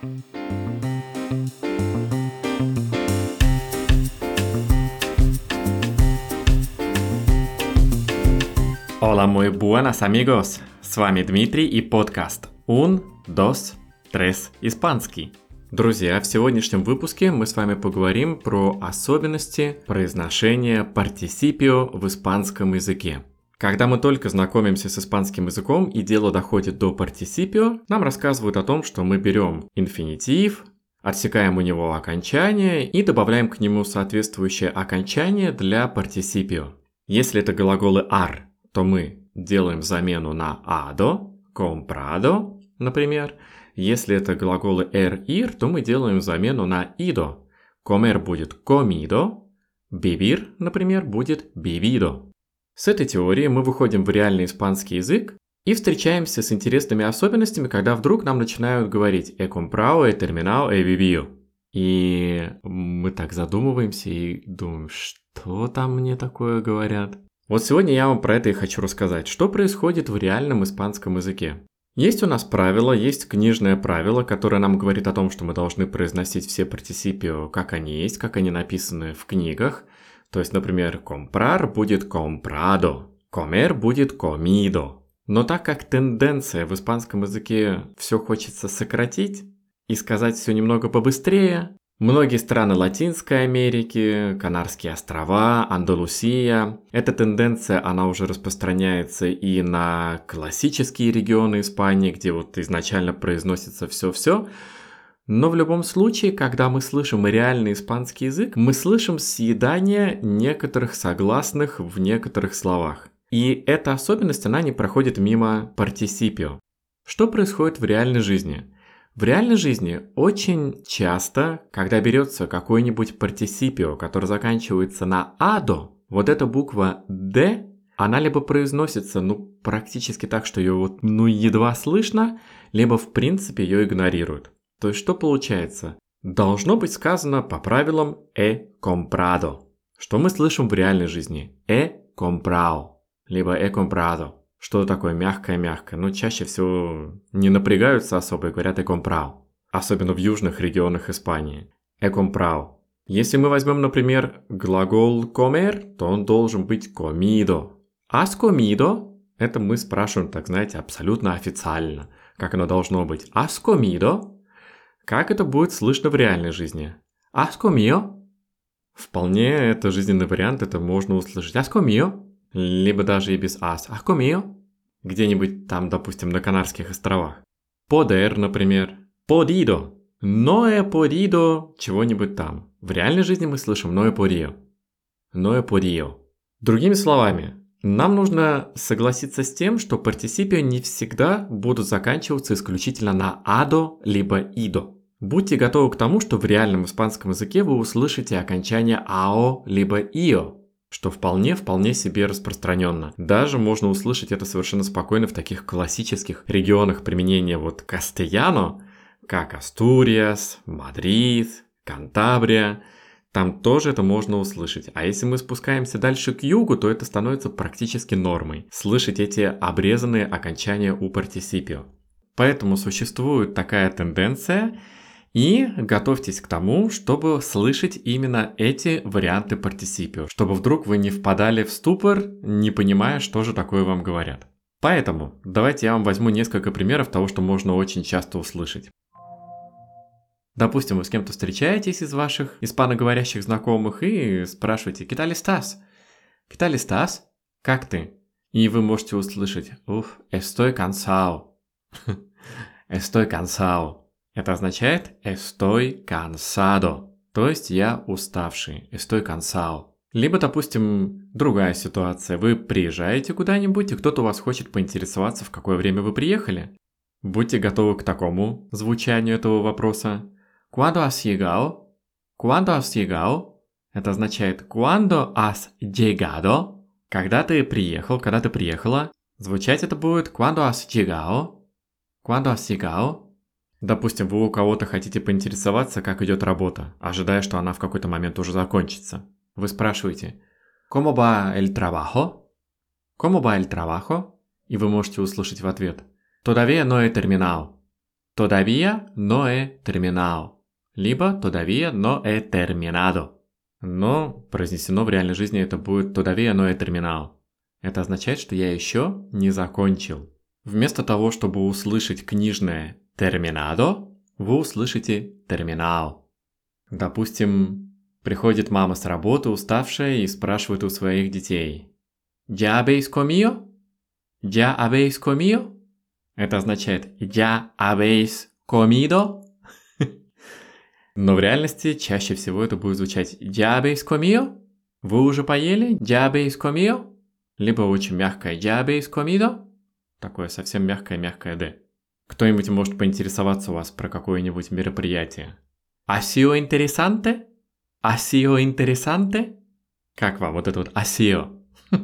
Hola, muy buenas amigos! С вами Дмитрий и подкаст Un, dos, tres, испанский. Друзья, в сегодняшнем выпуске мы с вами поговорим про особенности произношения партисипио в испанском языке. Когда мы только знакомимся с испанским языком и дело доходит до партисипио, нам рассказывают о том, что мы берем инфинитив, отсекаем у него окончание и добавляем к нему соответствующее окончание для партисипио. Если это глаголы ар, то мы делаем замену на adо, comprado, например. Если это глаголы ir, то мы делаем замену на ido. Comer будет comido, vivir, например, будет vivido. С этой теорией мы выходим в реальный испанский язык и встречаемся с интересными особенностями, когда вдруг нам начинают говорить «he comprado, he terminado, he vivido». И мы так задумываемся и думаем, что там мне такое говорят? Вот сегодня я вам про это и хочу рассказать, что происходит в реальном испанском языке. Есть у нас правило, есть книжное правило, которое нам говорит о том, что мы должны произносить все партисипио, как они есть, как они написаны в книгах. То есть, например, comprar будет comprado, comer будет comido. Но так как тенденция в испанском языке все хочется сократить и сказать все немного побыстрее, многие страны Латинской Америки, Канарские острова, Андалусия, эта тенденция, она уже распространяется и на классические регионы Испании, где вот изначально произносится все-все. Но в любом случае, когда мы слышим реальный испанский язык, мы слышим съедание некоторых согласных в некоторых словах. И эта особенность, она не проходит мимо партисипио. Что происходит в реальной жизни? В реальной жизни очень часто, когда берется какой-нибудь партисипио, который заканчивается на «адо», вот эта буква «д», она либо произносится практически так, что ее едва слышно, либо в принципе ее игнорируют. То есть что получается? Должно быть сказано по правилам «he comprado». Что мы слышим в реальной жизни? «He comprado», либо «he comprado». Что такое мягкое-мягкое? Чаще всего не напрягаются особо и говорят «he comprado». Особенно в южных регионах Испании. «He comprado». Если мы возьмем, например, глагол comer, то он должен быть comido. «Has comido» – это мы спрашиваем, так знаете, абсолютно официально. Как оно должно быть? «Has comido?» Как это будет слышно в реальной жизни? «Has comido?» Вполне это жизненный вариант, это можно услышать. «Has comido?» Либо даже и без «has». «Has comido?» Где-нибудь там, допустим, на Канарских островах. «Poder», например. «Podido». «No he podido» чего-нибудь там. В реальной жизни мы слышим «no he podido». «No he podido». Другими словами, нам нужно согласиться с тем, что партисипио не всегда будут заканчиваться исключительно на «adо» либо «idо». Будьте готовы к тому, что в реальном испанском языке вы услышите окончание «ао» либо «ио», что вполне себе распространенно. Даже можно услышать это совершенно спокойно в таких классических регионах применения кастельяно, как Астурияс, Мадрид, Кантабрия. Там тоже это можно услышать. А если мы спускаемся дальше к югу, то это становится практически нормой. Слышать эти обрезанные окончания у партисипио. Поэтому существует такая тенденция, и готовьтесь к тому, чтобы слышать именно эти варианты партисипио, чтобы вдруг вы не впадали в ступор, не понимая, что же такое вам говорят. Поэтому давайте я вам возьму несколько примеров того, что можно очень часто услышать. Допустим, вы с кем-то встречаетесь из ваших испаноговорящих знакомых и спрашиваете «¿Qué tal estás?» «¿Qué tal estás?» «Как ты?» И вы можете услышать «Estoy cansado». «Estoy cansado». Это означает «estoy cansado», то есть я уставший, «estoy cansado». Либо, допустим, другая ситуация. Вы приезжаете куда-нибудь, и кто-то у вас хочет поинтересоваться, в какое время вы приехали. Будьте готовы к такому звучанию этого вопроса. «Cuándo has llegado?» «Cuándo has llegado?» Это означает «Cuándo has llegado?» Когда ты приехал, когда ты приехала. Звучать это будет «Cuándo has llegado?» «Cuándo has llegado?» Допустим, вы у кого-то хотите поинтересоваться, как идет работа, ожидая, что она в какой-то момент уже закончится. Вы спрашиваете «¿Cómo va el trabajo?» «¿Cómo va el trabajo?» И вы можете услышать в ответ «Todavía no he terminado». todavía no he terminado. Либо todavía no he terminado. Но произнесено в реальной жизни это будет todavía no he terminado. Это означает, что я еще не закончил. Вместо того, чтобы услышать книжное terminado, вы услышите terminado. Допустим, приходит мама с работы, уставшая, и спрашивает у своих детей: ¿Ya habéis comido? ¿Ya habéis comido? Это означает ¿Ya habéis comido? Но в реальности чаще всего это будет звучать ¿Ya habéis comido? Вы уже поели? ¿Ya habéis comido? Либо очень мягкое ¿Ya habéis comido? Такое совсем мягкое «д». Кто-нибудь может поинтересоваться у вас про какое-нибудь мероприятие. ¿Ha sido interesante? ¿Ha sido interesante? Как вам вот это вот «ha sido»?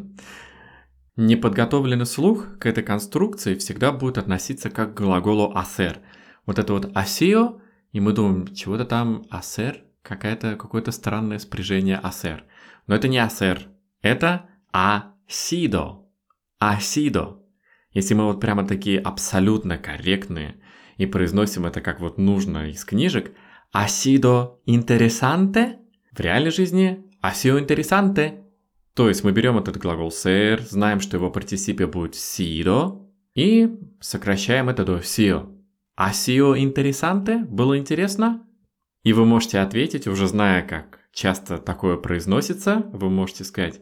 Неподготовленный слух к этой конструкции всегда будет относиться как к глаголу hacer. Вот это вот «ha sido», и мы думаем, чего-то там hacer, какое-то странное спряжение hacer. Но это не hacer, это ha sido. Ha sido. Если мы вот прямо такие абсолютно корректные и произносим это как вот нужно из книжек, «ha sido interesante», в реальной жизни «ha sido interesante». То есть мы берем этот глагол ser, знаем, что его партисипия будет sido, и сокращаем это до sido. «Ha sido interesante»? Было интересно? И вы можете ответить, уже зная, как часто такое произносится, вы можете сказать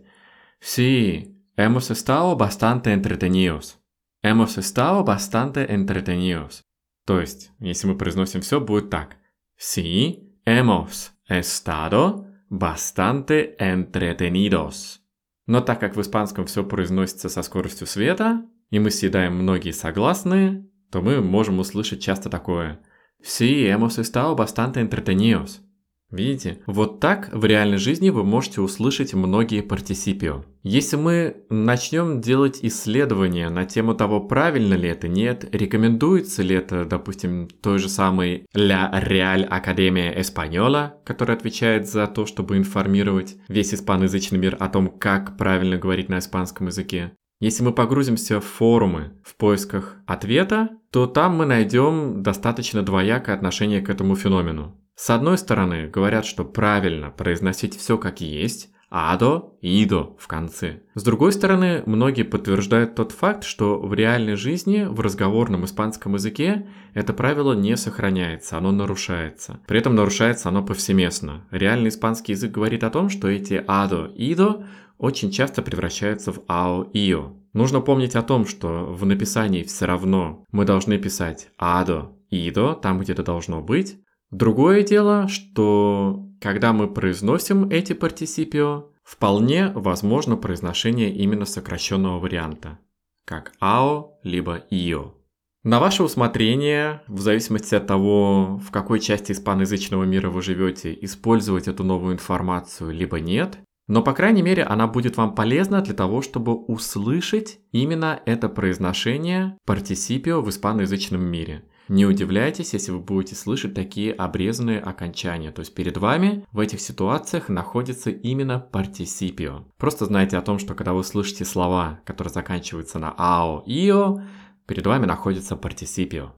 «Sí, hemos estado bastante entretenidos». Hemos estado bastante entretenidos. То есть, если мы произносим все, будет так. Sí, hemos estado bastante entretenidos. Но так как в испанском все произносится со скоростью света, и мы съедаем многие согласные, то мы можем услышать часто такое. Sí, hemos estado bastante entretenidos. Видите? Вот так в реальной жизни вы можете услышать многие партисипио. Если мы начнем делать исследования на тему того, правильно ли это, нет, рекомендуется ли это, допустим, той же самой La Real Academia Española, которая отвечает за то, чтобы информировать весь испаноязычный мир о том, как правильно говорить на испанском языке. Если мы погрузимся в форумы в поисках ответа, то там мы найдем достаточно двоякое отношение к этому феномену. С одной стороны, говорят, что правильно произносить все как есть, адо и идо в конце. С другой стороны, многие подтверждают тот факт, что в реальной жизни, в разговорном испанском языке, это правило не сохраняется, оно нарушается. При этом нарушается оно повсеместно. Реальный испанский язык говорит о том, что эти адо и идо очень часто превращаются в ао и ио. Нужно помнить о том, что в написании все равно мы должны писать адо и идо, там где это должно быть. Другое дело, что когда мы произносим эти партисипио, вполне возможно произношение именно сокращенного варианта, как ао либо ио. На ваше усмотрение, в зависимости от того, в какой части испаноязычного мира вы живете, использовать эту новую информацию либо нет, но, по крайней мере, она будет вам полезна для того, чтобы услышать именно это произношение партисипио в испаноязычном мире. Не удивляйтесь, если вы будете слышать такие обрезанные окончания. То есть перед вами в этих ситуациях находится именно партисипио. Просто знайте о том, что когда вы слышите слова, которые заканчиваются на ао, ио, перед вами находится партисипио.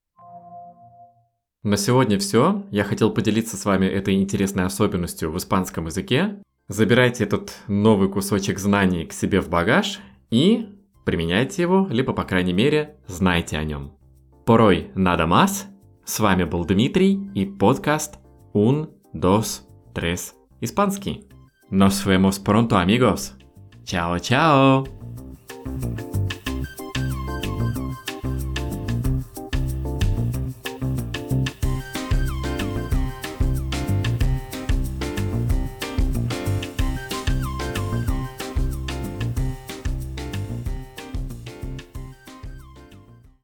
На сегодня все. Я хотел поделиться с вами этой интересной особенностью в испанском языке. Забирайте этот новый кусочек знаний к себе в багаж и применяйте его, либо, по крайней мере, знайте о нем. Por hoy nada más. С вами был Дмитрий и подкаст Un, Dos, Tres Испанский. Nos vemos pronto, amigos. Чао-чао!